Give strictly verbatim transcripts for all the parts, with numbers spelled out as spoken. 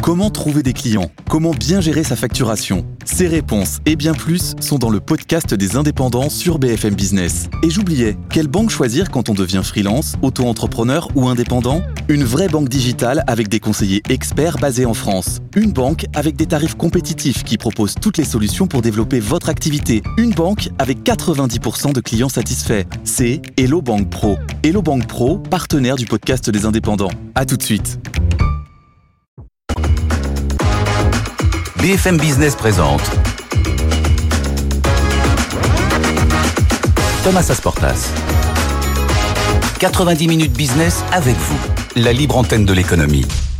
Comment trouver des clients ? Comment bien gérer sa facturation ? Ces réponses et bien plus sont dans le podcast des indépendants sur B F M Business. Et j'oubliais, quelle banque choisir quand on devient freelance, auto-entrepreneur ou indépendant ? Une vraie banque digitale avec des conseillers experts basés en France. Une banque avec des tarifs compétitifs qui propose toutes les solutions pour développer votre activité. Une banque avec quatre-vingt-dix pour cent de clients satisfaits. C'est Hello Bank Pro. Hello Bank Pro, partenaire du podcast des indépendants. À tout de suite. B F M Business présente Thomas Asportas. quatre-vingt-dix minutes business avec vous, la libre antenne de l'économie.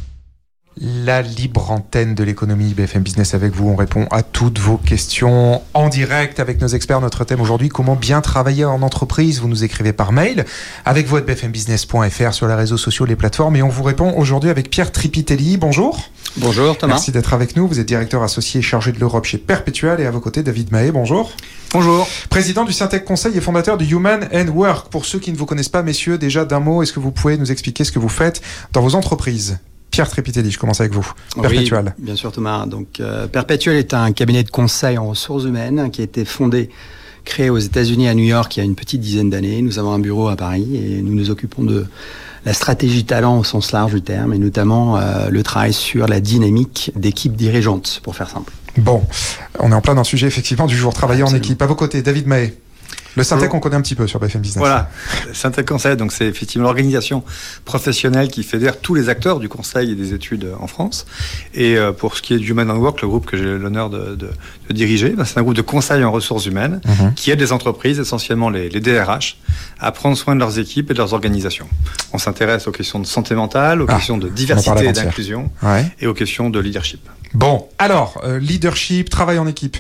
La libre antenne de l'économie, B F M Business avec vous. On répond à toutes vos questions en direct avec nos experts. Notre thème aujourd'hui, comment bien travailler en entreprise. Vous nous écrivez par mail avec vous à b f m business point f r sur les réseaux sociaux, les plateformes. Et on vous répond aujourd'hui avec Pierre Tripitelli. Bonjour. Bonjour Thomas. Merci d'être avec nous. Vous êtes directeur associé chargé de l'Europe chez Perpetual et à vos côtés David Mahé. Bonjour. Bonjour. Président du Syntec Conseil et fondateur du Human and Work. Pour ceux qui ne vous connaissent pas, messieurs, déjà d'un mot, est-ce que vous pouvez nous expliquer ce que vous faites dans vos entreprises ? Pierre Tripitelli, je commence avec vous. Perpetual. Oui, bien sûr Thomas. Donc, euh, Perpetual est un cabinet de conseil en ressources humaines qui a été fondé, créé aux États-Unis à New York il y a une petite dizaine d'années. Nous avons un bureau à Paris et nous nous occupons de la stratégie talent au sens large du terme et notamment euh, le travail sur la dynamique d'équipes dirigeantes, pour faire simple. Bon, on est en plein dans le sujet effectivement du jour travailler Absolument. En équipe. À vos côtés, David Mahé. Le Syntec, on connaît un petit peu sur B F M Business. Voilà, Syntec Conseil, donc c'est effectivement l'organisation professionnelle qui fédère tous les acteurs du conseil et des études en France. Et euh, pour ce qui est du Human and Work, le groupe que j'ai l'honneur de, de, de diriger, ben c'est un groupe de conseil en ressources humaines mmh. qui aide les entreprises, essentiellement les, les D R H, à prendre soin de leurs équipes et de leurs organisations. On s'intéresse aux questions de santé mentale, aux ah, questions de diversité et d'inclusion ouais. et aux questions de leadership. Bon, alors, euh, leadership, travail en équipe.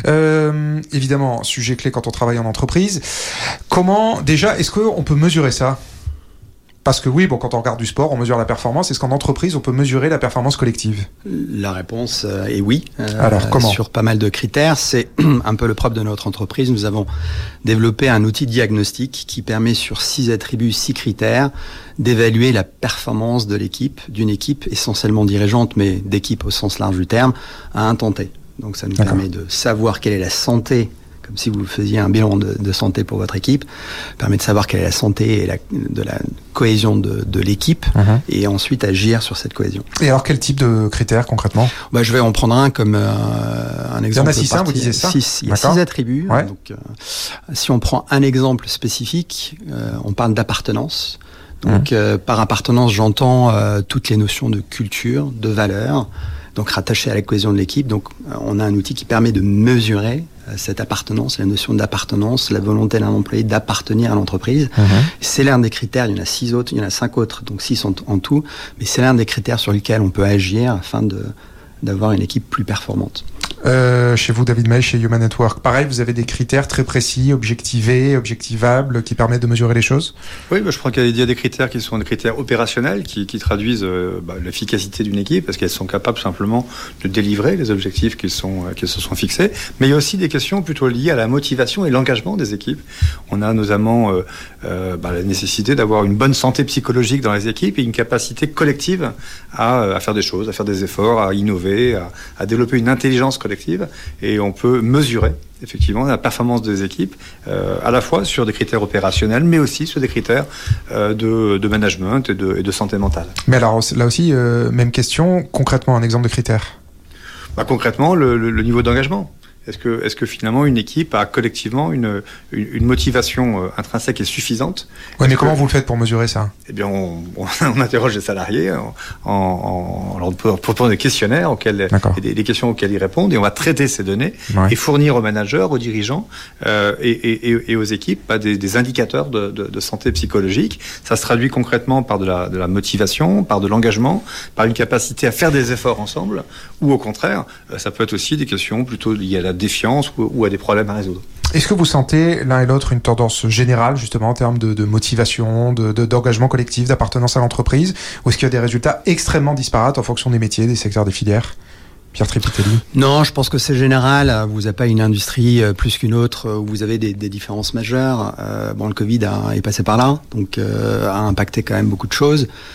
Euh, évidemment, sujet clé quand on travaille en entreprise. Comment, déjà, est-ce qu'on peut mesurer ça ? Parce que oui, bon, quand on regarde du sport, on mesure la performance. Est-ce qu'en entreprise, on peut mesurer la performance collective ? La réponse euh, est oui. Euh, Alors, comment ? Sur pas mal de critères. C'est un peu le propre de notre entreprise. Nous avons développé un outil diagnostique qui permet sur six attributs, six critères, d'évaluer la performance de l'équipe, d'une équipe essentiellement dirigeante, mais d'équipe au sens large du terme, à un temps T. Donc ça nous D'accord. permet de savoir quelle est la santé, comme si vous faisiez un bilan de, de santé pour votre équipe, permet de savoir quelle est la santé et la, de la cohésion de, de l'équipe, uh-huh. et ensuite agir sur cette cohésion. Et alors quel type de critères concrètement ? Bah, je vais en prendre un comme euh, un exemple. Il y en a six, hein, vous disiez ça ? Six, il y a D'accord. six attributs. Ouais. Donc, euh, si on prend un exemple spécifique, euh, on parle d'appartenance. Donc, mmh. euh, par appartenance, j'entends euh, toutes les notions de culture, de valeur, donc rattachées à la cohésion de l'équipe. Donc, euh, on a un outil qui permet de mesurer euh, cette appartenance, la notion d'appartenance, la volonté d'un employé d'appartenir à l'entreprise. Mmh. C'est l'un des critères. Il y en a six autres, il y en a cinq autres, donc six en, en tout. Mais c'est l'un des critères sur lesquels on peut agir afin de d'avoir une équipe plus performante. Euh, chez vous, David Mahé, chez Human at Work, pareil, vous avez des critères très précis, objectivés, objectivables, qui permettent de mesurer les choses ? Oui, bah, je crois qu'il y a des critères qui sont des critères opérationnels, qui, qui traduisent euh, bah, l'efficacité d'une équipe, parce qu'elles sont capables simplement de délivrer les objectifs qu'ils sont, euh, qu'ils se sont fixés. Mais il y a aussi des questions plutôt liées à la motivation et l'engagement des équipes. On a notamment euh, euh, bah, la nécessité d'avoir une bonne santé psychologique dans les équipes et une capacité collective à, à faire des choses, à faire des efforts, à innover, À, à développer une intelligence collective, et on peut mesurer effectivement la performance des équipes euh, à la fois sur des critères opérationnels mais aussi sur des critères euh, de, de management et de, et de santé mentale. Mais alors là aussi, euh, même question, concrètement un exemple de critère. Bah, concrètement le, le, le niveau d'engagement. Est-ce que, est-ce que finalement une équipe a collectivement une, une, une motivation intrinsèque et suffisante ? Oui, mais que, comment vous le faites pour mesurer ça ? Eh bien, on, on, on interroge les salariés en, en, en leur proposant des questionnaires, auxquels, des, des questions auxquelles ils répondent, et on va traiter ces données ouais. et fournir aux managers, aux dirigeants euh, et, et, et aux équipes bah, des, des indicateurs de, de, de santé psychologique. Ça se traduit concrètement par de la, de la motivation, par de l'engagement, par une capacité à faire des efforts ensemble, ou au contraire, ça peut être aussi des questions plutôt liées à la défiance ou, ou à des problèmes à résoudre. Est-ce que vous sentez l'un et l'autre une tendance générale justement en termes de, de motivation, de, de, d'engagement collectif, d'appartenance à l'entreprise, ou est-ce qu'il y a des résultats extrêmement disparates en fonction des métiers, des secteurs, des filières ? Pierre Tripitelli. Non, je pense que c'est général. Vous n'avez pas une industrie plus qu'une autre où vous avez des, des différences majeures. Euh, bon, le Covid a, est passé par là, donc euh, a impacté quand même beaucoup de choses.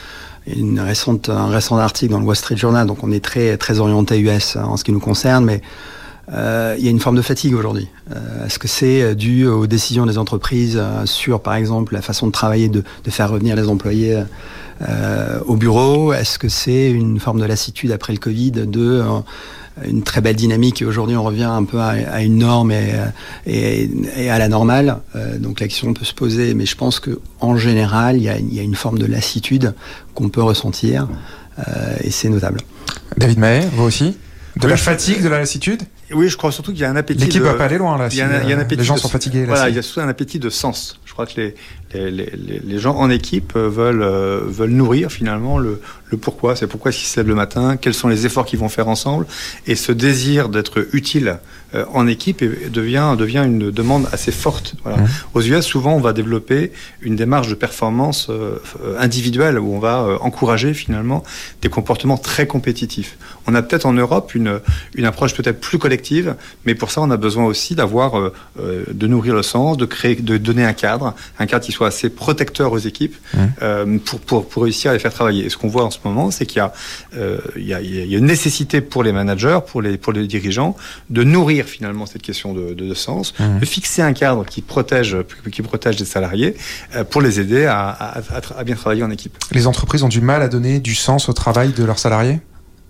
une récente, un récent article dans le Wall Street Journal, donc on est très, très orienté U S en ce qui nous concerne, mais euh, il y a une forme de fatigue aujourd'hui. Euh, est-ce que c'est dû aux décisions des entreprises euh, sur, par exemple, la façon de travailler, de, de faire revenir les employés euh, au bureau? Est-ce que c'est une forme de lassitude après le Covid, de euh, une très belle dynamique, et aujourd'hui on revient un peu à, à une norme et, et, et à la normale, euh, donc la question peut se poser, mais je pense que en général il y a, il y a une forme de lassitude qu'on peut ressentir, euh, et c'est notable. David Mahé, vous aussi? De oui, la je... fatigue, de la lassitude? Oui, je crois surtout qu'il y a un appétit. L'équipe de... va pas aller loin là. Il y a un, il y a un appétit les gens de... sont fatigués. Là, voilà, c'est... il y a surtout un appétit de sens. Je crois que les les, les, les gens en équipe veulent euh, veulent nourrir finalement le le pourquoi. C'est pourquoi ils se lèvent le matin. Quels sont les efforts qu'ils vont faire ensemble. Et ce désir d'être utile euh, en équipe devient devient une demande assez forte. Voilà. Mmh. Aux U S, souvent, on va développer une démarche de performance euh, individuelle où on va euh, encourager finalement des comportements très compétitifs. On a peut-être en Europe une une approche peut-être plus collective, mais pour ça, on a besoin aussi d'avoir, euh, de nourrir le sens, de créer, de donner un cadre, un cadre qui soit assez protecteur aux équipes, mmh. euh, pour, pour, pour réussir à les faire travailler. Et ce qu'on voit en ce moment, c'est qu'il y a, euh, il y a, il y a une nécessité pour les managers, pour les, pour les dirigeants, de nourrir finalement cette question de, de, de sens, mmh. de fixer un cadre qui protège, qui protège les salariés, euh, pour les aider à, à, à, à bien travailler en équipe. Les entreprises ont du mal à donner du sens au travail de leurs salariés ?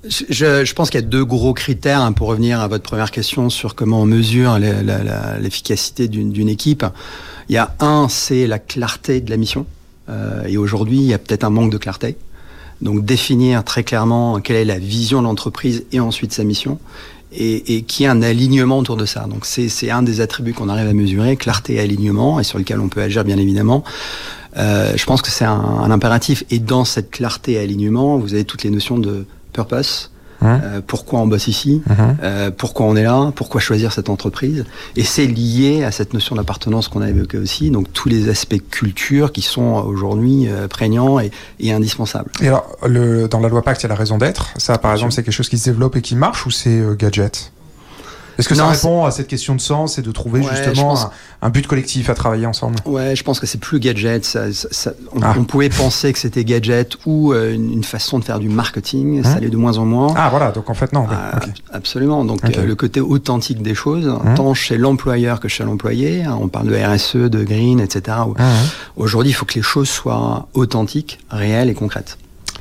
Je, je pense qu'il y a deux gros critères, hein, pour revenir à votre première question sur comment on mesure les, la, la, l'efficacité d'une, d'une équipe. Il y a un, c'est la clarté de la mission. Euh, et aujourd'hui, il y a peut-être un manque de clarté. Donc définir très clairement quelle est la vision de l'entreprise et ensuite sa mission. Et, et qu'il y ait un alignement autour de ça. Donc c'est, c'est un des attributs qu'on arrive à mesurer, clarté et alignement, et sur lequel on peut agir bien évidemment. Euh, je pense que c'est un, un impératif. Et dans cette clarté et alignement, vous avez toutes les notions de purpose, mmh. euh, pourquoi on bosse ici, mmh. euh, pourquoi on est là, pourquoi choisir cette entreprise. Et c'est lié à cette notion d'appartenance qu'on a évoquée aussi, donc tous les aspects culture qui sont aujourd'hui euh, prégnants et, et indispensables. Et alors, le, dans la loi Pacte, il y a la raison d'être. Ça, par exemple, c'est quelque chose qui se développe et qui marche, ou c'est euh, gadget ? Est-ce que non, ça répond c'est... à cette question de sens et de trouver ouais, justement pense... un, un but collectif à travailler ensemble ? Ouais, je pense que c'est plus gadget. Ça, ça, ça, on, ah. on pouvait penser que c'était gadget ou euh, une, une façon de faire du marketing. Mmh. Ça l'est de moins en moins. Ah voilà, donc en fait non. Ah, okay. Absolument. Donc okay. euh, le côté authentique des choses, mmh. tant chez l'employeur que chez l'employé. On parle de R S E, de green, et cetera. Mmh. Aujourd'hui, il faut que les choses soient authentiques, réelles et concrètes.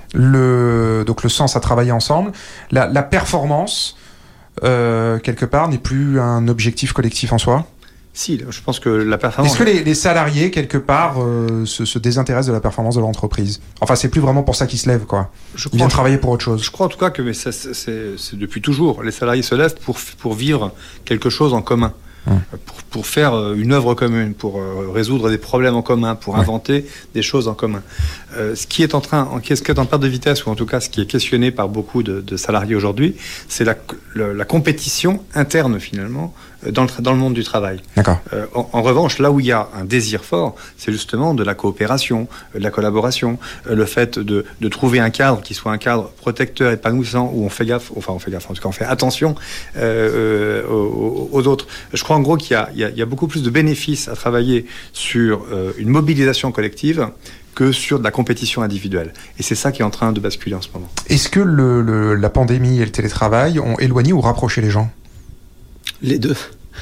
Le donc le sens à travailler ensemble, la, la performance. Euh, quelque part, n'est plus un objectif collectif en soi ? Si, je pense que la performance... Est-ce que les, les salariés, quelque part, euh, se, se désintéressent de la performance de l'entreprise ? Enfin, c'est plus vraiment pour ça qu'ils se lèvent, quoi. Je Ils viennent travailler pour autre chose. Je crois en tout cas que mais ça, c'est, c'est, c'est depuis toujours. Les salariés se lèvent pour, pour vivre quelque chose en commun. Hum. Pour, pour faire une œuvre commune, pour euh, résoudre des problèmes en commun, pour ouais. inventer des choses en commun. Euh, ce qui est en train, ce qui est en perte de vitesse, ou en tout cas ce qui est questionné par beaucoup de, de salariés aujourd'hui, c'est la, la, la compétition interne finalement dans le, dans le monde du travail. D'accord. Euh, en, en revanche, là où il y a un désir fort, c'est justement de la coopération, de la collaboration, le fait de, de trouver un cadre qui soit un cadre protecteur, épanouissant, où on fait gaffe, enfin on fait gaffe, en tout cas on fait attention euh, euh, aux, aux autres. Je crois en gros qu'il y a, il y a, il y a beaucoup plus de bénéfices à travailler sur euh, une mobilisation collective que sur de la compétition individuelle. Et c'est ça qui est en train de basculer en ce moment. Est-ce que le, le, la pandémie et le télétravail ont éloigné ou rapproché les gens ? Les deux.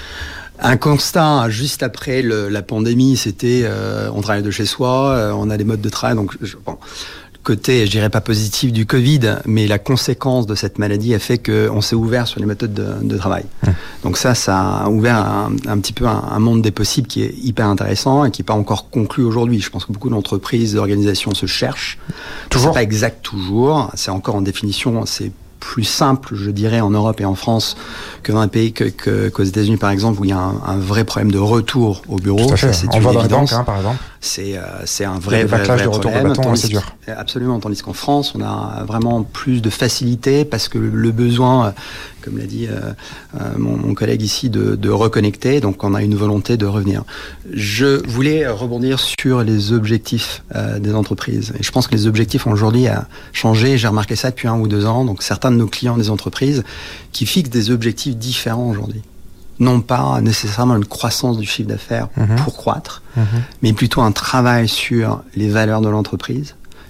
Un constat juste après le, la pandémie, c'était euh, on travaille de chez soi, euh, on a des modes de travail. Donc, je, bon, côté, je dirais pas positif du Covid, mais la conséquence de cette maladie a fait qu'on s'est ouvert sur les méthodes de, de travail. Mmh. Donc ça, ça a ouvert un, un petit peu un, un monde des possibles qui est hyper intéressant et qui n'est pas encore conclu aujourd'hui. Je pense que beaucoup d'entreprises, d'organisations se cherchent. Toujours. C'est pas exact toujours. C'est encore en définition, c'est plus simple, je dirais, en Europe et en France que dans un pays que, que, qu'aux États-Unis, par exemple, où il y a un, un vrai problème de retour au bureau. Tout à fait. Ça, c'est on une voit dans évidence. les banques, hein, par exemple. C'est, euh, c'est un vrai, vrai, vrai de retour problème. Au bâton, tandis c'est dur. Absolument. Tandis qu'en France, on a vraiment plus de facilité parce que le, le besoin, comme l'a dit euh, euh, mon, mon collègue ici, de, de reconnecter. Donc, on a une volonté de revenir. Je voulais rebondir sur les objectifs euh, des entreprises. Et je pense que les objectifs ont aujourd'hui à changer. J'ai remarqué ça depuis un ou deux ans. Donc, certains de nos clients des entreprises qui fixent des objectifs différents aujourd'hui. Non pas nécessairement une croissance du chiffre d'affaires mmh. pour croître, mmh. mais plutôt un travail sur les valeurs de l'entreprise,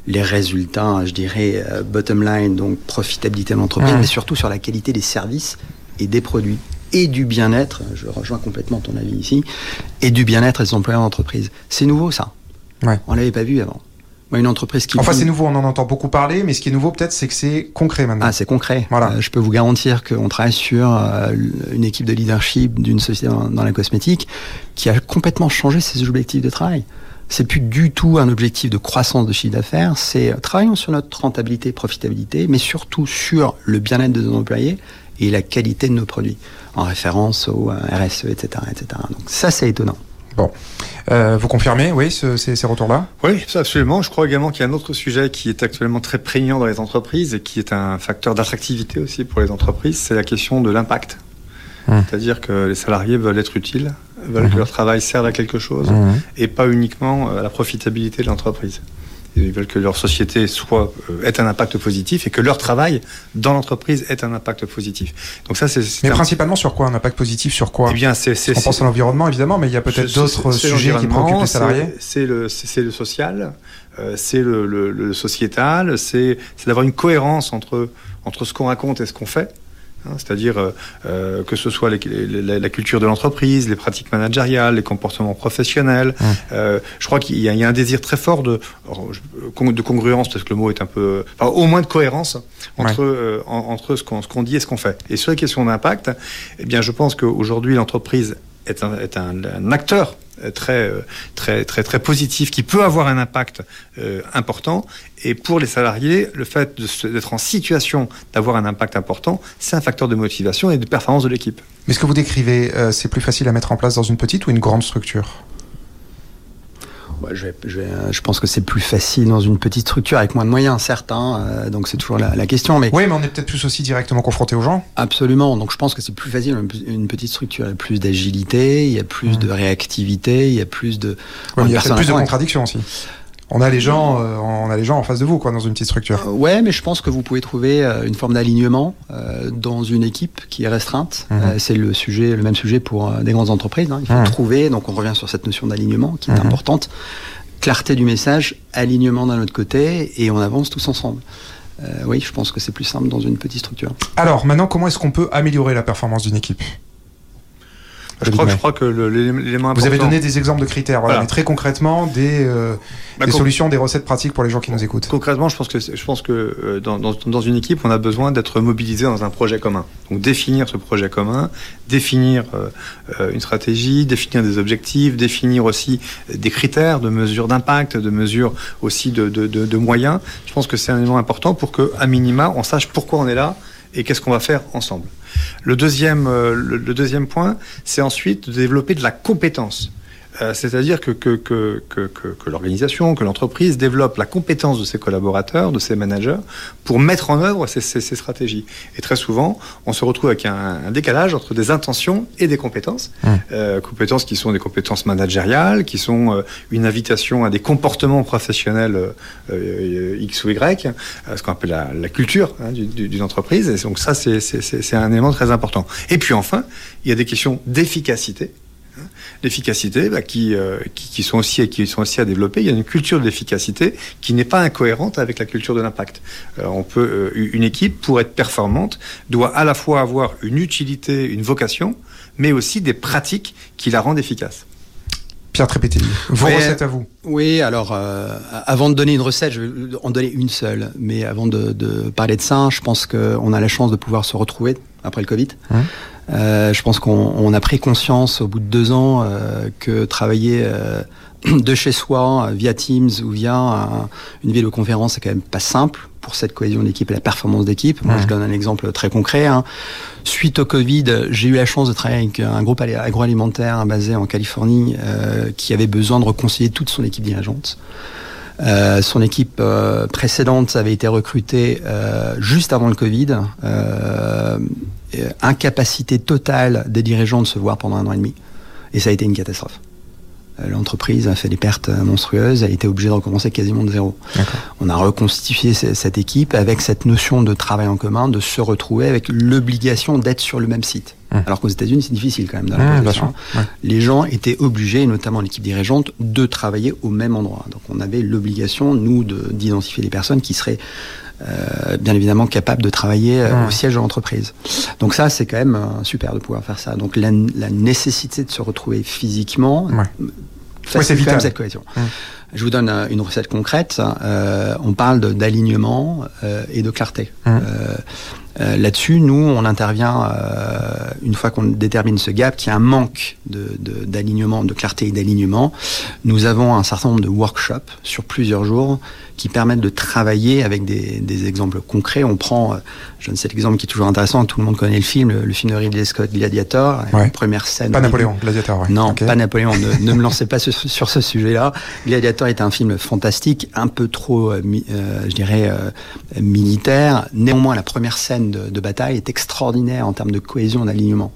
les résultats, je dirais, euh, bottom line, donc profitabilité de l'entreprise, mmh. mais surtout sur la qualité des services et des produits et du bien-être, je rejoins complètement ton avis ici, et du bien-être des employés d'entreprise. C'est nouveau, ça. Ouais. On ne l'avait pas vu avant. Moi, une entreprise qui... Enfin, c'est nouveau, on en entend beaucoup parler, mais ce qui est nouveau, peut-être, c'est que c'est concret maintenant. Ah, c'est concret. Voilà. Euh, je peux vous garantir qu'on travaille sur euh, une équipe de leadership d'une société dans, dans la cosmétique qui a complètement changé ses objectifs de travail. C'est plus du tout un objectif de croissance de chiffre d'affaires, c'est euh, travaillons sur notre rentabilité, profitabilité, mais surtout sur le bien-être de nos employés et la qualité de nos produits, en référence au euh, R S E, et cetera, et cetera. Donc ça, c'est étonnant. Bon. Euh, vous confirmez, oui, ce, ces, ces retours-là ? Oui, absolument. Je crois également qu'il y a un autre sujet qui est actuellement très prégnant dans les entreprises et qui est un facteur d'attractivité aussi pour les entreprises, c'est la question de l'impact. Mmh. C'est-à-dire que les salariés veulent être utiles, veulent mmh. que leur travail serve à quelque chose mmh. et pas uniquement à la profitabilité de l'entreprise. Ils veulent que leur société soit, euh, ait un impact positif et que leur travail dans l'entreprise ait un impact positif. Donc ça, c'est, c'est mais un... principalement sur quoi ? Un impact positif sur quoi ? Eh bien, c'est, c'est, On pense à l'environnement, évidemment, mais il y a peut-être c'est, d'autres c'est, c'est sujets qui préoccupent les salariés. C'est, c'est, le, c'est, c'est le social, euh, c'est le, le, le sociétal, c'est, c'est d'avoir une cohérence entre, entre ce qu'on raconte et ce qu'on fait. Hein, c'est-à-dire euh, que ce soit les, les, la, la culture de l'entreprise, les pratiques managériales, les comportements professionnels. Mmh. Euh, je crois qu'il y a, il y a un désir très fort de, de congruence, parce que le mot est un peu... Enfin, au moins de cohérence entre, ouais. euh, en, entre ce qu'on, ce qu'on dit et ce qu'on fait. Et sur les questions d'impact, eh bien, je pense qu'aujourd'hui, l'entreprise est un, est un, un acteur très, très, très, très positif, qui peut avoir un impact euh, important. Et pour les salariés, le fait de se, d'être en situation d'avoir un impact important, c'est un facteur de motivation et de performance de l'équipe. Mais ce que vous décrivez, euh, c'est plus facile à mettre en place dans une petite ou une grande structure ? Ouais, je, vais, je, vais, je pense que c'est plus facile dans une petite structure avec moins de moyens, certes, hein, euh, donc c'est toujours la, la question. Mais... Oui, mais on est peut-être plus aussi directement confronté aux gens. Absolument, donc je pense que c'est plus facile dans une, une petite structure. Il y a plus d'agilité, il y a plus mmh. de réactivité, il y a plus de... Ouais, il y a peut-être plus de contradictions aussi. On a les gens, euh, on a les gens en face de vous, quoi, dans une petite structure. Euh, ouais, mais je pense que vous pouvez trouver euh, une forme d'alignement euh, dans une équipe qui est restreinte. Mmh. Euh, c'est le sujet, le même sujet pour euh, des grandes entreprises. Hein. Il faut mmh. trouver. Donc, on revient sur cette notion d'alignement qui est mmh. importante. Clarté du message, alignement d'un autre côté, et on avance tous ensemble. Euh, oui, je pense que c'est plus simple dans une petite structure. Alors, maintenant, comment est-ce qu'on peut améliorer la performance d'une équipe ? Je crois, je crois que le, l'élément important... Vous avez donné des exemples de critères, voilà, voilà. mais très concrètement, des, euh, bah, des con... solutions, des recettes pratiques pour les gens qui nous écoutent. Concrètement, je pense que, je pense que euh, dans, dans, dans une équipe, on a besoin d'être mobilisé dans un projet commun. Donc définir ce projet commun, définir euh, une stratégie, définir des objectifs, définir aussi des critères de mesure d'impact, de mesure aussi de, de, de, de moyens. Je pense que c'est un élément important pour qu'à minima, on sache pourquoi on est là et qu'est-ce qu'on va faire ensemble. Le deuxième, euh, le, le deuxième point, c'est ensuite de développer de la compétence. Euh, c'est-à-dire que, que, que, que, que, que l'organisation, que l'entreprise développe la compétence de ses collaborateurs, de ses managers, pour mettre en œuvre ces, ces, ces stratégies. Et très souvent, on se retrouve avec un, un décalage entre des intentions et des compétences. Mmh. Euh, compétences qui sont des compétences managériales, qui sont euh, une invitation à des comportements professionnels euh, euh, X ou Y, euh, ce qu'on appelle la, la culture hein, du, du, d'une entreprise. Et donc ça, c'est, c'est, c'est un élément très important. Et puis enfin, il y a des questions d'efficacité. L'efficacité bah, qui, euh, qui, qui, sont aussi, qui sont aussi à développer. Il y a une culture de l'efficacité qui n'est pas incohérente avec la culture de l'impact. Euh, on peut, euh, une équipe, pour être performante, doit à la fois avoir une utilité, une vocation, mais aussi des pratiques qui la rendent efficace. Pierre Trepettelli, vos oui, recettes à vous. Oui, alors, euh, avant de donner une recette, je vais en donner une seule. Mais avant de, de parler de ça, je pense qu'on a la chance de pouvoir se retrouver après le Covid. Hum. Euh, je pense qu'on on a pris conscience au bout de deux ans euh, que travailler euh, de chez soi via Teams ou via un, une vidéoconférence, c'est quand même pas simple pour cette cohésion d'équipe et la performance d'équipe. Moi, mmh. je donne un exemple très concret. Hein. Suite au Covid, j'ai eu la chance de travailler avec un groupe agroalimentaire basé en Californie euh, qui avait besoin de réconcilier toute son équipe dirigeante. Euh, son équipe euh, précédente avait été recrutée euh, juste avant le Covid. Euh, incapacité totale des dirigeants de se voir pendant un an et demi. Et ça a été une catastrophe. L'entreprise a fait des pertes monstrueuses, a été obligée de recommencer quasiment de zéro. D'accord. On a reconstitué cette équipe avec cette notion de travail en commun, de se retrouver avec l'obligation d'être sur le même site. Mmh. Alors qu'aux États-Unis, c'est difficile quand même dans la profession. Mmh, ouais. Les gens étaient obligés, notamment l'équipe dirigeante, de travailler au même endroit. Donc on avait l'obligation, nous, de, d'identifier des personnes qui seraient Euh, bien évidemment capable de travailler euh, mmh. au siège de l'entreprise. Donc ça, c'est quand même euh, super de pouvoir faire ça. Donc la, la nécessité de se retrouver physiquement, ouais. facilite ouais, c'est vital. Quand même cette cohésion. Mmh. Je vous donne euh, une recette concrète. Euh, on parle de, d'alignement euh, et de clarté. Mmh. Euh, Euh, là-dessus, nous, on intervient euh, une fois qu'on détermine ce gap, qu'il y a un manque de, de, d'alignement, de clarté et d'alignement. Nous avons un certain nombre de workshops sur plusieurs jours qui permettent de travailler avec des, des exemples concrets. On prend, euh, je donne cet exemple qui est toujours intéressant, tout le monde connaît le film, le, le film de Ridley Scott, Gladiator, ouais. la première scène. Pas Napoléon, Gladiator, ouais. Non, okay. pas Napoléon, ne, ne me lancez pas sur, sur ce sujet-là. Gladiator est un film fantastique, un peu trop, euh, euh, je dirais, euh, militaire. Néanmoins, la première scène De, de bataille est extraordinaire en termes de cohésion, d'alignement.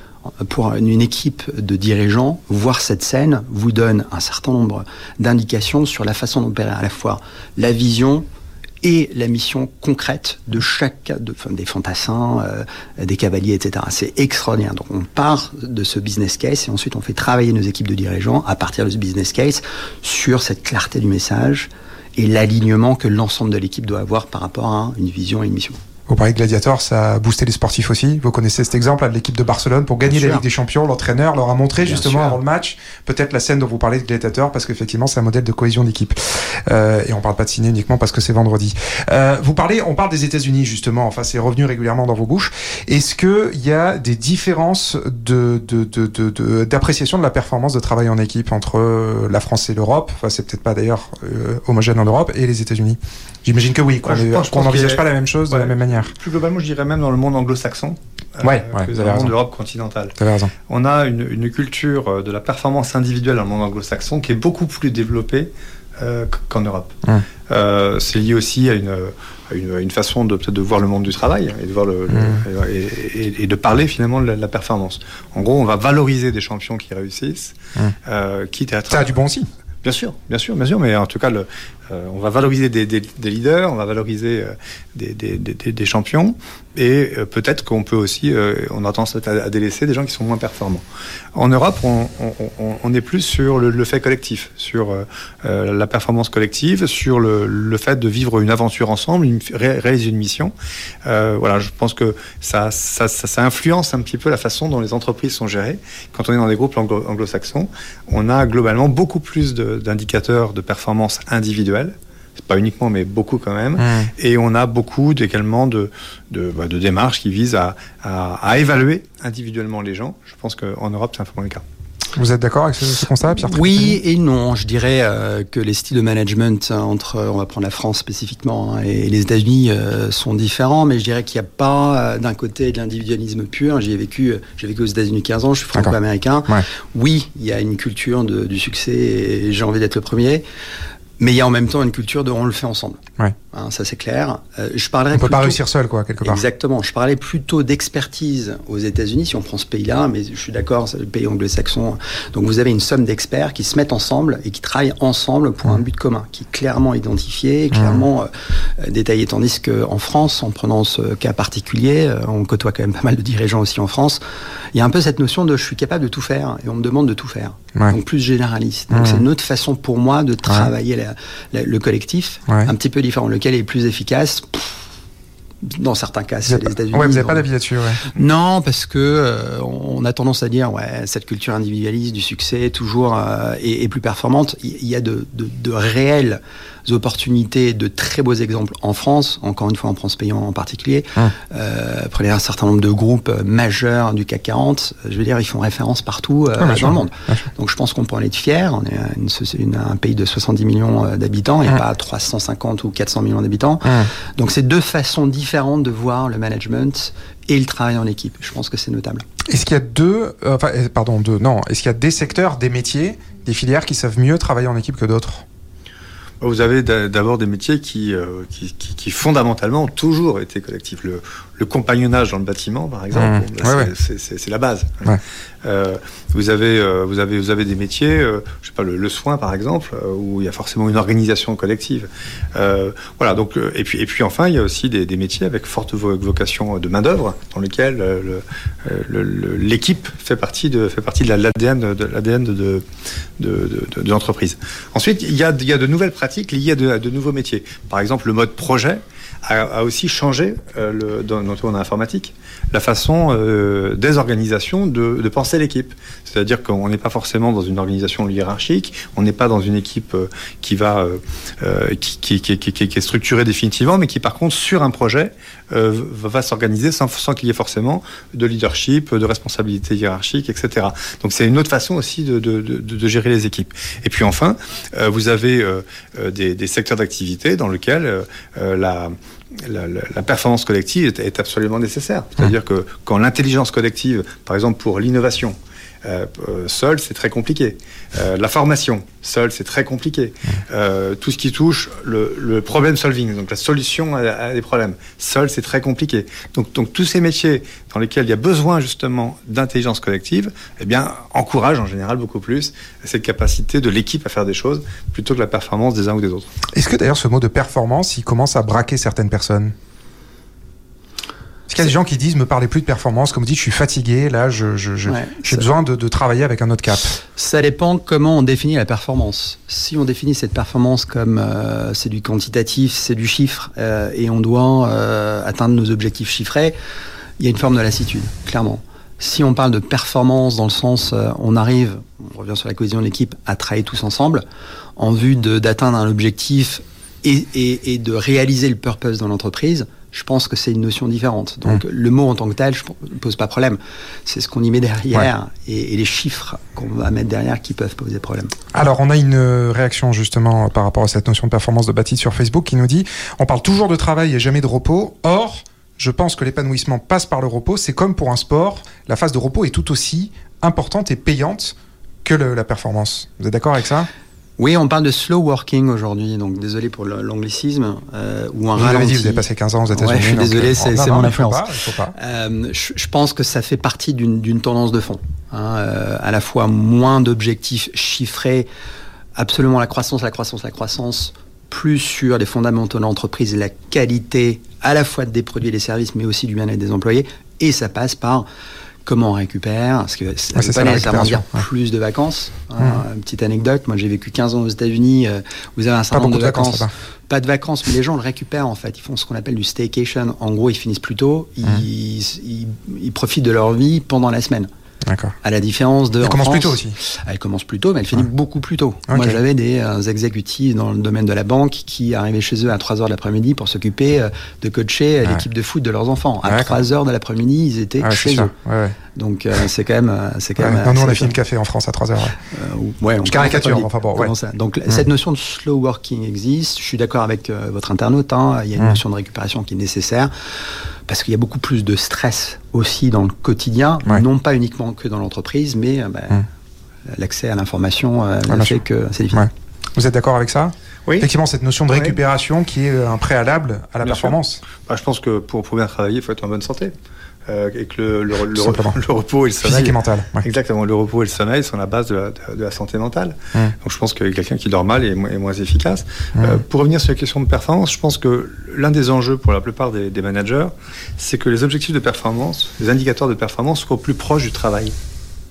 Pour une équipe de dirigeants, voir cette scène vous donne un certain nombre d'indications sur la façon d'opérer à la fois la vision et la mission concrète de chaque, de, enfin, des fantassins, euh, des cavaliers, et cetera. C'est extraordinaire. Donc on part de ce business case et ensuite on fait travailler nos équipes de dirigeants à partir de ce business case sur cette clarté du message et l'alignement que l'ensemble de l'équipe doit avoir par rapport à une vision et une mission. Vous parlez de Gladiator, ça a boosté les sportifs aussi. Vous connaissez cet exemple là, de l'équipe de Barcelone pour gagner Bien la sûr. Ligue des Champions. L'entraîneur leur a montré Bien justement sûr. Avant le match peut-être la scène dont vous parlez de Gladiator parce qu'effectivement c'est un modèle de cohésion d'équipe. Euh, et on parle pas de ciné uniquement parce que c'est vendredi. Euh, vous parlez, on parle des États-Unis justement. Enfin, c'est revenu régulièrement dans vos bouches. Est-ce que il y a des différences de, de, de, de, de d'appréciation de la performance de travail en équipe entre la France et l'Europe? Enfin, c'est peut-être pas d'ailleurs euh, homogène en Europe et les États-Unis. J'imagine que oui, qu'on ouais, qu'on n'envisage pas la même chose ouais, de la même manière. Plus globalement, je dirais même dans le monde anglo-saxon, ouais, euh, ouais, que vous dans avez le monde raison. de l'Europe continentale. Vous avez raison. On a une, une culture de la performance individuelle dans le monde anglo-saxon qui est beaucoup plus développée euh, qu'en Europe. Hum. Euh, c'est lié aussi à une, à une, à une façon de, peut-être de voir le monde du travail et de, voir le, hum. le, et, et, et de parler finalement de la, de la performance. En gros, on va valoriser des champions qui réussissent, hum. euh, quitte à... Ça a du bon aussi. Bien sûr, bien sûr, bien sûr, mais en tout cas, le, euh, on va valoriser des, des, des leaders, on va valoriser euh, des, des, des, des champions, et euh, peut-être qu'on peut aussi, euh, on a tendance à, à délaisser des gens qui sont moins performants. En Europe, on, on, on est plus sur le, le fait collectif, sur euh, la performance collective, sur le, le fait de vivre une aventure ensemble, une, ré, réaliser une mission. Euh, voilà, je pense que ça, ça, ça, ça influence un petit peu la façon dont les entreprises sont gérées. Quand on est dans des groupes anglo- anglo-saxons, on a globalement beaucoup plus de, d'indicateurs de performance individuelle. Pas uniquement, mais beaucoup quand même. Mmh. Et on a beaucoup également de, de, bah, de démarches qui visent à, à, à évaluer individuellement les gens. Je pense qu'en Europe, c'est un peu le cas. Vous êtes d'accord avec ce, ce constat, Pierre Trépanier ? Oui et non. Je dirais euh, que les styles de management entre, on va prendre la France spécifiquement, hein, et les États-Unis euh, sont différents, mais je dirais qu'il n'y a pas euh, d'un côté de l'individualisme pur. J'y ai vécu, j'ai vécu aux États-Unis quinze ans, je suis franco-américain. Ouais. Oui, il y a une culture de, du succès et j'ai envie d'être le premier. Mais il y a en même temps une culture de on le fait ensemble. Ouais. Hein, ça c'est clair. Euh, je parlerai. On peut plutôt... pas réussir seul, quoi, quelque part. Exactement. Je parlais plutôt d'expertise aux États-Unis, si on prend ce pays-là, mais je suis d'accord, c'est le pays anglo-saxon. Donc vous avez une somme d'experts qui se mettent ensemble et qui travaillent ensemble pour mmh. un but commun, qui est clairement identifié, clairement mmh. euh, détaillé. Tandis qu'en France, en prenant ce cas particulier, euh, on côtoie quand même pas mal de dirigeants aussi en France. Il y a un peu cette notion de je suis capable de tout faire et on me demande de tout faire. Ouais. Donc plus généraliste. Donc mmh. c'est une autre façon pour moi de travailler ouais. la, la, le collectif, ouais. un petit peu différent. Lequel est plus efficace? Pff, dans certains cas, c'est les États-Unis. Ouais, vous n'avez pas d'avis là-dessus, ouais. Non, parce que euh, on a tendance à dire, ouais, cette culture individualiste du succès toujours euh, est, est plus performante. Il y a de, de, de réelles opportunités, de très beaux exemples en France. Encore une fois, en France payant en particulier. Hum. Euh, prenez un certain nombre de groupes majeurs du C A C quarante. Je veux dire, ils font référence partout euh, ah, dans sûr. le monde. Donc, je pense qu'on peut en être fier. On est une, une, un pays de soixante-dix millions d'habitants et hum. pas trois cent cinquante ou quatre cents millions d'habitants. Hum. Donc, c'est deux façons différentes de voir le management et le travail en équipe. Je pense que c'est notable. Est-ce qu'il y a deux, euh, enfin, pardon, deux, non, est-ce qu'il y a des secteurs, des métiers, des filières qui savent mieux travailler en équipe que d'autres ? Vous avez d'abord des métiers qui, euh, qui, qui, qui fondamentalement ont toujours été collectifs. Le, le compagnonnage dans le bâtiment, par exemple, mmh. bon, bah, ouais, c'est, ouais. c'est, c'est la base. Ouais. Euh, vous avez, euh, vous avez, vous avez des métiers, euh, je sais pas, le, le soin, par exemple, euh, où il y a forcément une organisation collective. Euh, voilà. Donc, euh, et puis, et puis enfin, il y a aussi des, des métiers avec forte vocation de main d'œuvre, dans lesquels euh, le, le, le, l'équipe fait partie de, fait partie de l'A D N de, de l'A D N de, de, de, de, de l'entreprise. Ensuite, il y a, il y a de nouvelles pratiques liées à de, à de nouveaux métiers. Par exemple, le mode projet a, a aussi changé, euh, le, dans, notamment dans l'informatique, la façon euh, des organisations de, de penser l'équipe. C'est-à-dire qu'on n'est pas forcément dans une organisation hiérarchique, on n'est pas dans une équipe euh, qui va euh, euh, qui, qui, qui, qui, qui est structurée définitivement, mais qui par contre sur un projet euh, va s'organiser sans, sans qu'il y ait forcément de leadership, de responsabilité hiérarchique, et cetera. Donc c'est une autre façon aussi de, de, de, de gérer les équipes. Et puis enfin, euh, vous avez euh, des, des secteurs d'activité dans lesquels euh, la La, la, la performance collective est, est absolument nécessaire. C'est-à-dire que quand l'intelligence collective, par exemple pour l'innovation, euh, euh, seul c'est très compliqué. Euh, la formation, seul c'est très compliqué. Euh, tout ce qui touche le, le problem solving, donc la solution à, à des problèmes, seul c'est très compliqué. Donc, donc tous ces métiers dans lesquels il y a besoin justement d'intelligence collective, eh bien encouragent en général beaucoup plus cette capacité de l'équipe à faire des choses plutôt que la performance des uns ou des autres. Est-ce que d'ailleurs ce mot de performance, il commence à braquer certaines personnes ? Est-ce qu'il y a des gens qui disent, me parlez plus de performance, comme vous dites, je suis fatigué, là, je, je, je, ouais, j'ai ça... besoin de, de travailler avec un autre cap. Ça dépend comment on définit la performance. Si on définit cette performance comme euh, c'est du quantitatif, c'est du chiffre, euh, et on doit euh, atteindre nos objectifs chiffrés, il y a une forme de lassitude, clairement. Si on parle de performance dans le sens, euh, on arrive, on revient sur la cohésion de l'équipe, à travailler tous ensemble, en vue de, d'atteindre un objectif et, et, et de réaliser le purpose dans l'entreprise, je pense que c'est une notion différente. Donc mmh. le mot en tant que tel ne pose pas problème. C'est ce qu'on y met derrière ouais. et, et les chiffres qu'on va mettre derrière qui peuvent poser problème. Alors on a une réaction justement par rapport à cette notion de performance de Baptiste sur Facebook qui nous dit « On parle toujours de travail et jamais de repos. Or, je pense que l'épanouissement passe par le repos. C'est comme pour un sport. La phase de repos est tout aussi importante et payante que le, la performance. » Vous êtes d'accord avec ça ? Oui, on parle de slow working aujourd'hui, donc désolé pour l'anglicisme. Euh, ou un vous ralenti. Dit, vous avez passé quinze ans aux États-Unis. Ouais, je suis désolé, c'est, non, c'est non, mon il influence. Faut pas, il faut pas. Euh, je, je pense que ça fait partie d'une, d'une tendance de fond. Hein, euh, à la fois moins d'objectifs chiffrés, absolument la croissance, la croissance, la croissance, plus sur les fondamentaux de l'entreprise, la qualité à la fois des produits et des services, mais aussi du bien-être des employés. Et ça passe par comment on récupère, parce que ça ne ouais, veut pas nécessairement dire ouais. plus de vacances. Mmh. Hein, une petite anecdote, moi j'ai vécu quinze ans aux États-Unis, euh, vous avez un certain nombre de, de vacances, vacances pas de vacances, mais les gens le récupèrent en fait, ils font ce qu'on appelle du staycation, en gros ils finissent plus tôt, ils, mmh. ils, ils, ils profitent de leur vie pendant la semaine. D'accord. À la différence de. Elle commence France, plus tôt aussi. Elle commence plus tôt, mais elle finit ouais. beaucoup plus tôt. Okay. Moi, j'avais des euh, exécutifs dans le domaine de la banque qui arrivaient chez eux à trois heures de l'après-midi pour s'occuper euh, de coacher euh, ouais. l'équipe de foot de leurs enfants. À ouais, trois heures de l'après-midi, ils étaient ouais, chez eux. Ouais, ouais. Donc, euh, c'est quand même. Euh, c'est quand ouais. même non, nous, on a fini le café en France à trois heures. Ouais, euh, ouais on je caricature, enfin bon. Ouais. Ça. Donc, mmh. cette notion de slow working existe. Je suis d'accord avec euh, votre internaute. Hein. Il y a une mmh. notion de récupération qui est nécessaire. Parce qu'il y a beaucoup plus de stress aussi dans le quotidien, ouais. non pas uniquement que dans l'entreprise, mais bah, mmh. l'accès à l'information euh, ouais, fait que c'est difficile. Ouais. Vous êtes d'accord avec ça ? Oui. Effectivement, cette notion de récupération ouais. qui est un préalable à la bien performance. Bah, je pense que pour, pour bien travailler, il faut être en bonne santé. Euh, et que le, le, le, le, le repos et le sommeil. Physique et mental. Ouais. Exactement, le repos et le sommeil sont la base de la, de, de la santé mentale. Mmh. Donc je pense que quelqu'un qui dort mal est, est moins efficace. Mmh. Euh, pour revenir sur la question de performance, je pense que l'un des enjeux pour la plupart des, des managers, c'est que les objectifs de performance, les indicateurs de performance soient au plus proche du travail. D'accord ?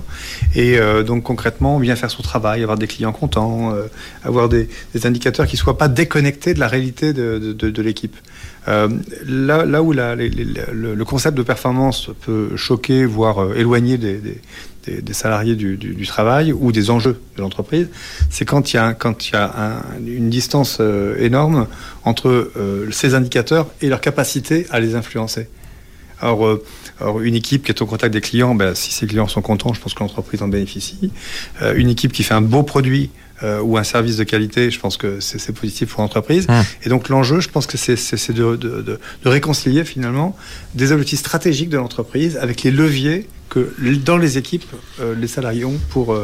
Et euh, donc concrètement, bien faire son travail, avoir des clients contents, euh, avoir des, des indicateurs qui ne soient pas déconnectés de la réalité de, de, de, de l'équipe. Euh, là, là où la, les, les, le, le concept de performance peut choquer, voire euh, éloigner des, des, des, des salariés du, du, du travail ou des enjeux de l'entreprise, c'est quand il y a, quand il y a un, une distance euh, énorme entre euh, ces indicateurs et leur capacité à les influencer. Alors, euh, alors, une équipe qui est au contact des clients, ben, si ses clients sont contents, je pense que l'entreprise en bénéficie. Euh, une équipe qui fait un beau produit euh, ou un service de qualité, je pense que c'est, c'est positif pour l'entreprise. Mmh. Et donc l'enjeu, je pense que c'est, c'est, c'est de, de, de, de réconcilier finalement des objectifs stratégiques de l'entreprise avec les leviers que dans les équipes, euh, les salariés ont pour, euh,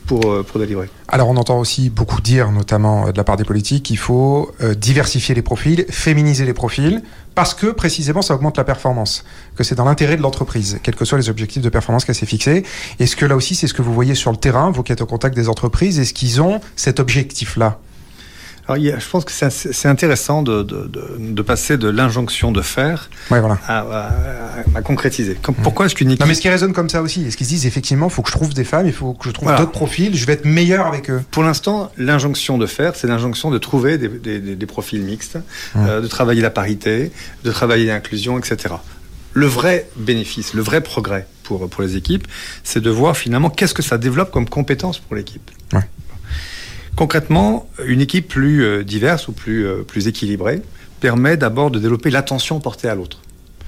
pour, pour délivrer. Alors on entend aussi beaucoup dire, notamment de la part des politiques, qu'il faut euh, diversifier les profils, féminiser les profils, parce que précisément ça augmente la performance, que c'est dans l'intérêt de l'entreprise, quels que soient les objectifs de performance qu'elle s'est fixés. Est-ce que là aussi c'est ce que vous voyez sur le terrain, vous qui êtes au contact des entreprises, est-ce qu'ils ont cet objectif-là ? Alors, il y a, je pense que c'est, c'est intéressant de, de, de, de passer de l'injonction de faire ouais, voilà. à, à, à concrétiser. Comme, mmh. Pourquoi est-ce qu'une équipe... Non, mais ce qui résonne comme ça aussi, est-ce qu'ils se disent effectivement, il faut que je trouve des femmes, il faut que je trouve voilà. d'autres profils, je vais être meilleur avec eux. Pour l'instant, l'injonction de faire, c'est l'injonction de trouver des, des, des, des profils mixtes, mmh. euh, de travailler la parité, de travailler l'inclusion, et cetera. Le vrai bénéfice, le vrai progrès pour, pour les équipes, c'est de voir finalement qu'est-ce que ça développe comme compétence pour l'équipe. Ouais. Concrètement, une équipe plus euh, diverse ou plus, euh, plus équilibrée permet d'abord de développer l'attention portée à l'autre.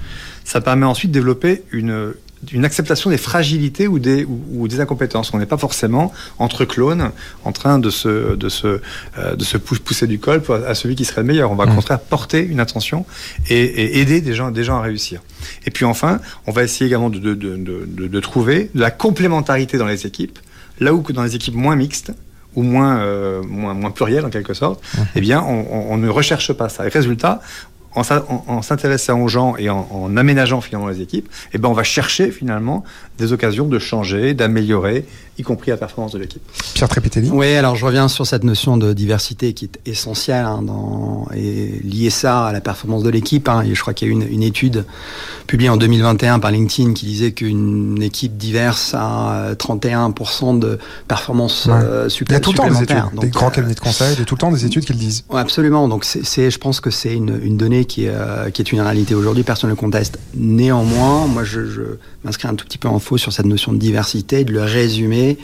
Ça permet ensuite de développer une, une acceptation des fragilités ou des, ou, ou des incompétences. On n'est pas forcément entre clones en train de se, de se, euh, de se pousser du col pour, à celui qui serait le meilleur. On va au mmh. contraire porter une attention et, et aider des gens, des gens à réussir. Et puis enfin, on va essayer également de, de, de, de, de trouver de la complémentarité dans les équipes, là où que dans les équipes moins mixtes, ou moins, euh, moins, moins pluriel en quelque sorte, mmh. eh bien, on, on, on ne recherche pas ça. Et résultat, en, en, en s'intéressant aux gens et en, en aménageant finalement les équipes, eh ben, on va chercher finalement des occasions de changer, d'améliorer, y compris la performance de l'équipe. Pierre Trépitelli. Oui, alors je reviens sur cette notion de diversité qui est essentielle hein, dans, et lier ça à la performance de l'équipe. Hein, et je crois qu'il y a une, une étude publiée en deux mille vingt et un par LinkedIn qui disait qu'une équipe diverse a trente et un pour cent de performance ouais. euh, supplémentaire. Il y a tout le temps des études, donc, des grands euh, cabinets de conseil, il y a tout le temps des études qui le disent. Ouais, absolument, donc c'est, c'est, je pense que c'est une, une donnée qui est, euh, qui est une réalité aujourd'hui, personne ne le conteste. Néanmoins, moi je, je m'inscris un tout petit peu en faux sur cette notion de diversité, de le résumer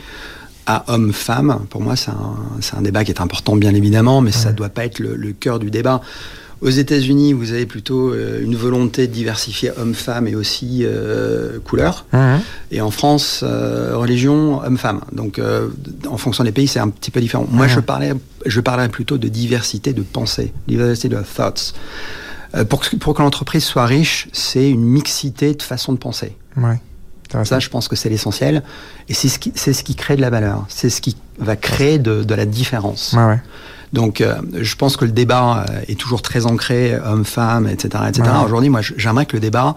à homme-femme. Pour moi, c'est un, c'est un débat qui est important, bien évidemment, mais ouais. ça ne doit pas être le, le cœur du débat. Aux États-Unis, vous avez plutôt euh, une volonté de diversifier homme-femme et aussi euh, couleur. Mmh. Et en France, euh, religion, homme-femme. Donc, euh, en fonction des pays, c'est un petit peu différent. Mmh. Moi, je parlais, je parlerais plutôt de diversité de pensée, diversité de thoughts. Euh, pour, que, pour que l'entreprise soit riche, c'est une mixité de façon de penser. Ouais. Ça, je pense que c'est l'essentiel. Et c'est ce qui, c'est ce qui crée de la valeur. C'est ce qui va créer de, de la différence. Ouais, ouais. Donc, euh, je pense que le débat euh, est toujours très ancré, homme-femme, et cetera, et cetera. Ouais. Aujourd'hui, moi, j'aimerais que le débat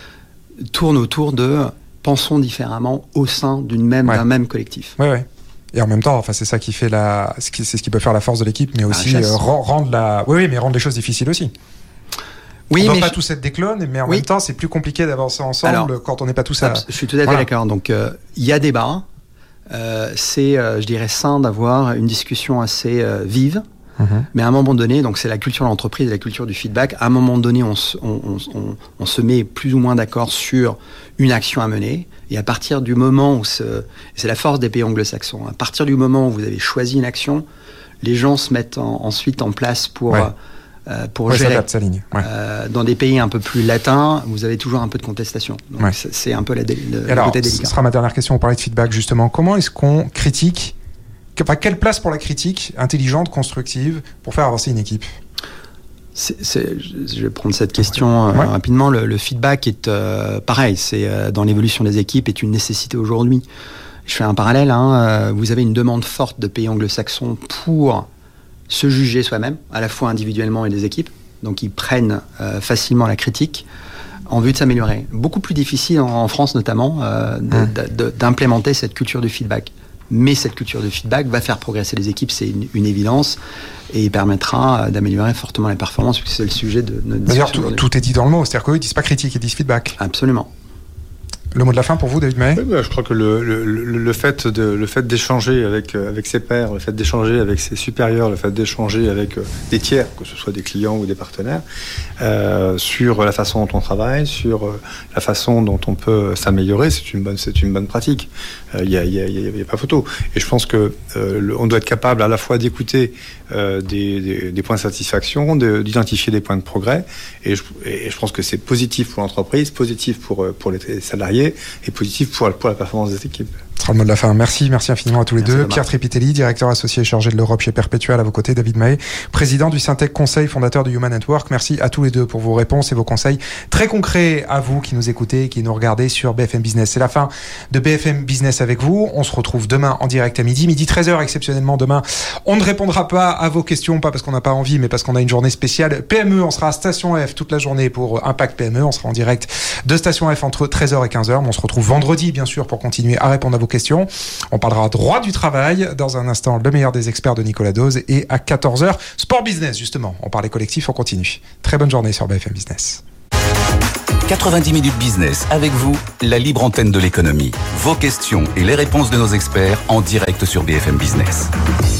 tourne autour de pensons différemment au sein d'une même, ouais. d'un même collectif. Ouais, ouais. Et en même temps, enfin, c'est ça qui fait la, c'est ce qui peut faire la force de l'équipe, mais aussi euh, rendre la, oui, oui, mais rendre les choses difficiles aussi. Oui, on ne doit pas je... tous être des clones, mais en oui. même temps, c'est plus compliqué d'avancer ensemble Alors, quand on n'est pas tous à... Je suis tout à fait voilà. d'accord. Donc, il euh, y a débat. Euh, c'est, euh, je dirais, sain d'avoir une discussion assez euh, vive. Mm-hmm. Mais à un moment donné, donc c'est la culture de l'entreprise et la culture du feedback. À un moment donné, on se, on, on, on, on se met plus ou moins d'accord sur une action à mener. Et à partir du moment où... Ce, c'est la force des pays anglo-saxons. À partir du moment où vous avez choisi une action, les gens se mettent en, ensuite en place pour... Ouais. Euh, pour ouais, gérer. Sa ligne. Ouais. Euh, dans des pays un peu plus latins, vous avez toujours un peu de contestation. Donc ouais. c'est, c'est un peu la dé- le, alors, le côté délicat. Ce sera ma dernière question. On parlait de feedback justement. Comment est-ce qu'on critique que, enfin, quelle place pour la critique intelligente, constructive, pour faire avancer une équipe? c'est, c'est, Je vais prendre cette question euh, ouais. rapidement. Le, le feedback est euh, pareil. C'est euh, dans l'évolution des équipes est une nécessité aujourd'hui. Je fais un parallèle. Hein, euh, vous avez une demande forte de pays anglo-saxons pour se juger soi-même, à la fois individuellement et des équipes. Donc, ils prennent euh, facilement la critique en vue de s'améliorer. Beaucoup plus difficile en, en France, notamment, euh, de, mmh. de, de, d'implémenter cette culture du feedback. Mais cette culture de feedback va faire progresser les équipes, c'est une, une évidence, et d'améliorer d'améliorer fortement les performances, puisque c'est le sujet de notre D'ailleurs, tout, tout est dit dans le mot. C'est-à-dire qu'eux, ils disent pas critique, ils disent feedback. Absolument. Le mot de la fin pour vous, David Mahé? Oui, bah, je crois que le, le, le, fait de, le fait d'échanger avec, avec ses pairs, le fait d'échanger avec ses supérieurs, le fait d'échanger avec des tiers, que ce soit des clients ou des partenaires, euh, sur la façon dont on travaille, sur la façon dont on peut s'améliorer, c'est une bonne, c'est une bonne pratique. Il n'y a, y a, y a, y a pas photo. Et je pense que euh, le, on doit être capable à la fois d'écouter euh, des, des, des points de satisfaction, de, d'identifier des points de progrès. Et je, et je pense que c'est positif pour l'entreprise, positif pour, pour les salariés, et positif pour, pour la performance des équipes. Ce sera le mot de la fin. Merci, merci infiniment à tous les merci deux. Thomas. Pierre Tripitelli, directeur associé chargé de l'Europe chez Perpetual, à vos côtés. David Mahé, président du Syntec Conseil, fondateur du Human Network. Merci à tous les deux pour vos réponses et vos conseils très concrets à vous qui nous écoutez, qui nous regardez sur B F M Business. C'est la fin de B F M Business avec vous. On se retrouve demain en direct à midi, midi treize heures exceptionnellement demain. On ne répondra pas à vos questions, pas parce qu'on n'a pas envie, mais parce qu'on a une journée spéciale P M E. On sera à Station F toute la journée pour Impact P M E. On sera en direct de Station F entre treize heures et quinze heures. Mais on se retrouve vendredi, bien sûr, pour continuer à répondre à vos questions. On parlera droit du travail. Dans un instant, le meilleur des experts de Nicolas Dose. Et à quatorze heures, Sport Business, justement. On parlait collectif, on continue. Très bonne journée sur B F M Business. quatre-vingt-dix minutes business avec vous, la libre antenne de l'économie. Vos questions et les réponses de nos experts en direct sur B F M Business.